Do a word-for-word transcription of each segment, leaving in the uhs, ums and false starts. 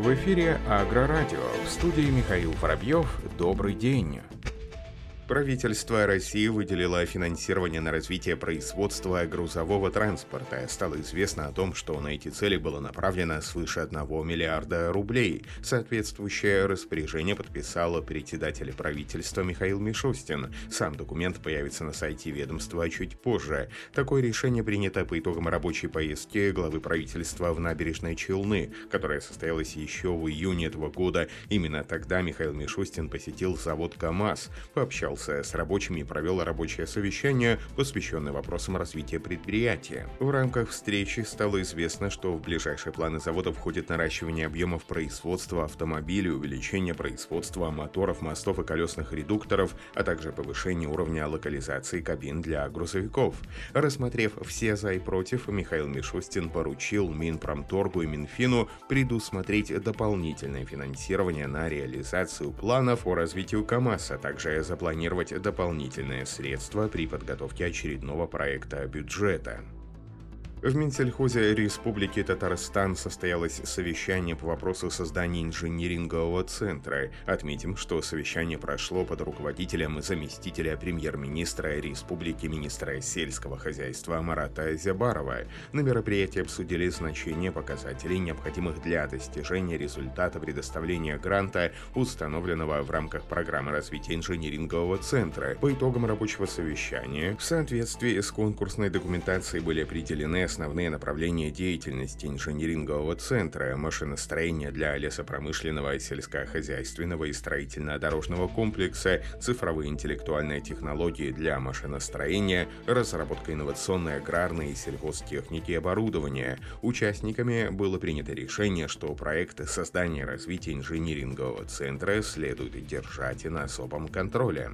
В эфире Агрорадио. В студии Михаил Воробьев. Добрый день. Правительство России выделило финансирование на развитие производства грузового транспорта. Стало известно о том, что на эти цели было направлено свыше одного миллиарда рублей. Соответствующее распоряжение подписал председатель правительства Михаил Мишустин. Сам документ появится на сайте ведомства чуть позже. Такое решение принято по итогам рабочей поездки главы правительства в Набережные Челны, которая состоялась еще в июне этого года. Именно тогда Михаил Мишустин посетил завод КАМАЗ, пообщался с рабочими и провел рабочее совещание, посвященное вопросам развития предприятия. В рамках встречи стало известно, что в ближайшие планы завода входит наращивание объемов производства автомобилей, увеличение производства моторов, мостов и колесных редукторов, а также повышение уровня локализации кабин для грузовиков. Рассмотрев все за и против, Михаил Мишустин поручил Минпромторгу и Минфину предусмотреть дополнительное финансирование на реализацию планов по развитию КАМАЗ, а также запланировать дополнительные средства при подготовке очередного проекта бюджета. В Минсельхозе Республики Татарстан состоялось совещание по вопросу создания инжинирингового центра. Отметим, что совещание прошло под руководителем заместителя премьер-министра Республики, министра сельского хозяйства Марата Зябарова. На мероприятии обсудили значение показателей, необходимых для достижения результата предоставления гранта, установленного в рамках программы развития инжинирингового центра. По итогам рабочего совещания, в соответствии с конкурсной документацией были определены основные направления деятельности инжинирингового центра: машиностроение для лесопромышленного, сельскохозяйственного и строительно-дорожного комплекса, цифровые интеллектуальные технологии для машиностроения, разработка инновационной аграрной и сельхозтехники и оборудования. Участниками было принято решение, что проект создания и развития инжинирингового центра следует держать на особом контроле.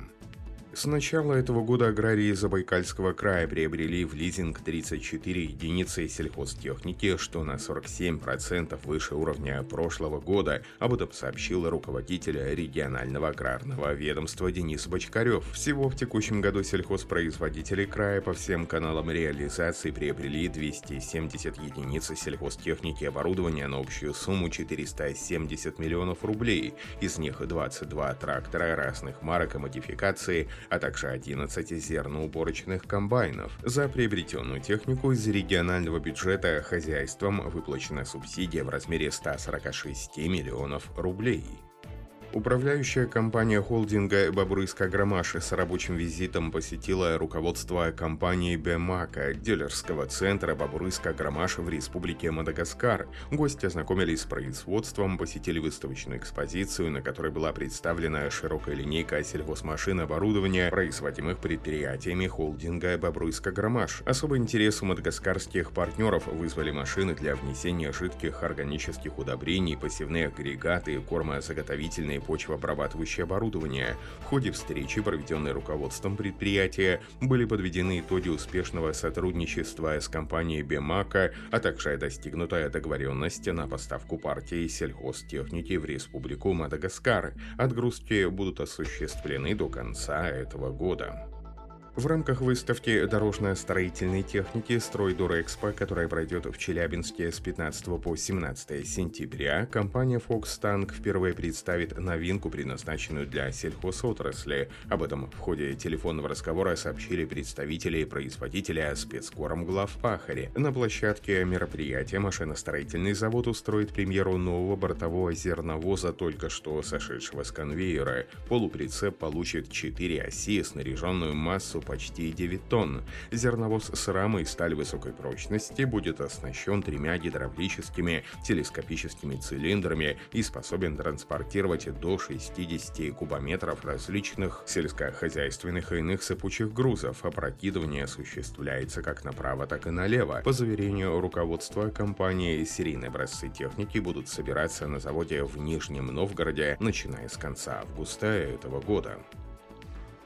С начала этого года аграрии Забайкальского края приобрели в лизинг тридцать четыре единицы сельхозтехники, что на сорок семь процентов выше уровня прошлого года. Об этом сообщил руководитель регионального аграрного ведомства Денис Бочкарев. Всего в текущем году сельхозпроизводители края по всем каналам реализации приобрели двести семьдесят единиц сельхозтехники и оборудования на общую сумму четыреста семьдесят миллионов рублей. Из них двадцать два трактора разных марок и модификаций, а также одиннадцать зерноуборочных комбайнов. За приобретенную технику из регионального бюджета хозяйствам выплачена субсидия в размере ста сорока шести миллионов рублей. Управляющая компания холдинга «Бобруйск-Агромаш» с рабочим визитом посетила руководство компании «Бемака», дилерского центра «Бобруйск-Агромаш» в Республике Мадагаскар. Гости ознакомились с производством, посетили выставочную экспозицию, на которой была представлена широкая линейка сельхозмашин и оборудования, производимых предприятиями холдинга «Бобруйск-Агромаш». Особый интерес у мадагаскарских партнеров вызвали машины для внесения жидких органических удобрений, посевные агрегаты и кормозаготовительные почвообрабатывающее оборудование. В ходе встречи, проведенной руководством предприятия, были подведены итоги успешного сотрудничества с компанией «Бемака», а также достигнутая договоренность на поставку партии сельхозтехники в Республику Мадагаскар. Отгрузки будут осуществлены до конца этого года. В рамках выставки дорожно-строительной техники «Стройдорэкспо», которая пройдет в Челябинске с пятнадцатого по семнадцатое сентября, компания «Фокстанк» впервые представит новинку, предназначенную для сельхозотрасли. Об этом в ходе телефонного разговора сообщили представители производителя «Спецкорм Главпахари». На площадке мероприятия машиностроительный завод устроит премьеру нового бортового зерновоза, только что сошедшего с конвейера. Полуприцеп получит четыре оси, снаряженную массу почти девять тонн. Зерновоз с рамой стали высокой прочности будет оснащен тремя гидравлическими телескопическими цилиндрами и способен транспортировать до шестидесяти кубометров различных сельскохозяйственных и иных сыпучих грузов. Опрокидывание осуществляется как направо, так и налево. По заверению руководства компании, серийные образцы техники будут собираться на заводе в Нижнем Новгороде, начиная с конца августа этого года.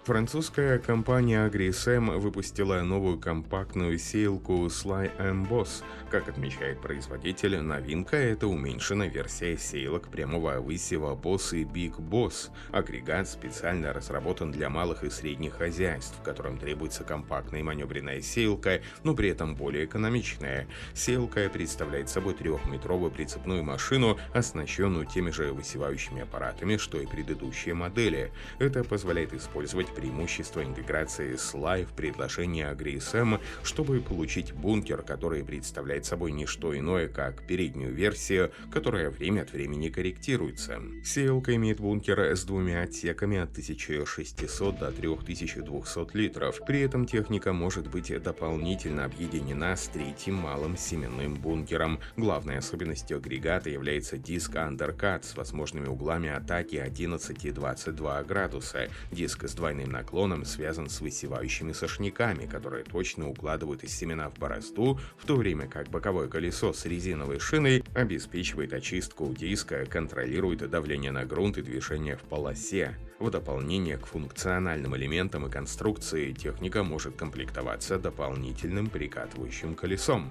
Французская компания Agrisem выпустила новую компактную сеялку Sly эм Boss. Как отмечает производитель, новинка – это уменьшенная версия сеялок прямого высева Boss и Big Boss. Агрегат специально разработан для малых и средних хозяйств, которым требуется компактная маневренная сеялка, но при этом более экономичная. Сеялка представляет собой трехметровую прицепную машину, оснащенную теми же высевающими аппаратами, что и предыдущие модели. Это позволяет использовать преимущество интеграции Sly в предложении Agrisem, чтобы получить бункер, который представляет собой не что иное, как переднюю версию, которая время от времени корректируется. Сеялка имеет бункер с двумя отсеками от тысячи шестисот до трёх тысяч двухсот литров. При этом техника может быть дополнительно объединена с третьим малым семенным бункером. Главной особенностью агрегата является диск Undercut с возможными углами атаки одиннадцать и двадцать два градуса. Диск с двойным наклоном связан с высевающими сошняками, которые точно укладывают из семена в борозду, в то время как боковое колесо с резиновой шиной обеспечивает очистку диска, контролирует давление на грунт и движение в полосе. В дополнение к функциональным элементам и конструкции техника может комплектоваться дополнительным перекатывающим колесом.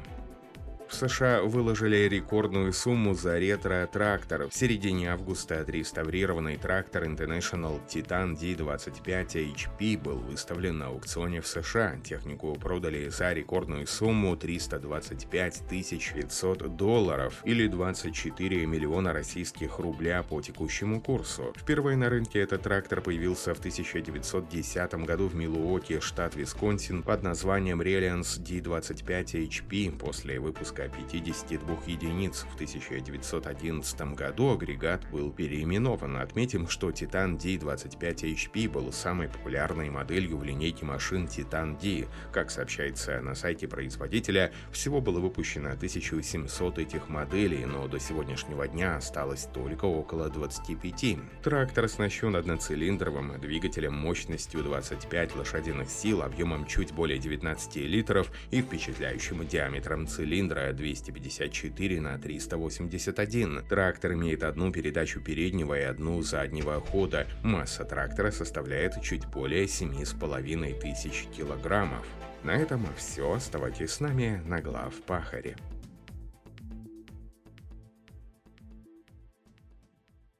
В США выложили рекордную сумму за ретро-трактор. В середине августа отреставрированный трактор International Titan ди двадцать пять эйч пи был выставлен на аукционе в США. Технику продали за рекордную сумму триста двадцать пять тысяч пятьсот долларов или двадцать четыре миллиона российских рубля по текущему курсу. Впервые на рынке этот трактор появился в тысяча девятьсот десятом году в Милуоки, штат Висконсин, под названием Reliance ди двадцать пять эйч пи. После выпуска пятидесяти двух единиц в тысяча девятьсот одиннадцатом году агрегат был переименован. Отметим, что Titan ди двадцать пять эйч пи был самой популярной моделью в линейке машин Titan D. Как сообщается на сайте производителя, всего было выпущено тысяча семьсот этих моделей, но до сегодняшнего дня осталось только около двадцати пяти. Трактор оснащен одноцилиндровым двигателем мощностью двадцать пять лошадиных сил, объемом чуть более девятнадцати литров и впечатляющим диаметром цилиндра двести пятьдесят четыре на триста восемьдесят один. Трактор имеет одну передачу переднего и одну заднего хода. Масса трактора составляет чуть более семи с половиной тысяч килограммов. На этом все. Оставайтесь с нами на Главпахаре.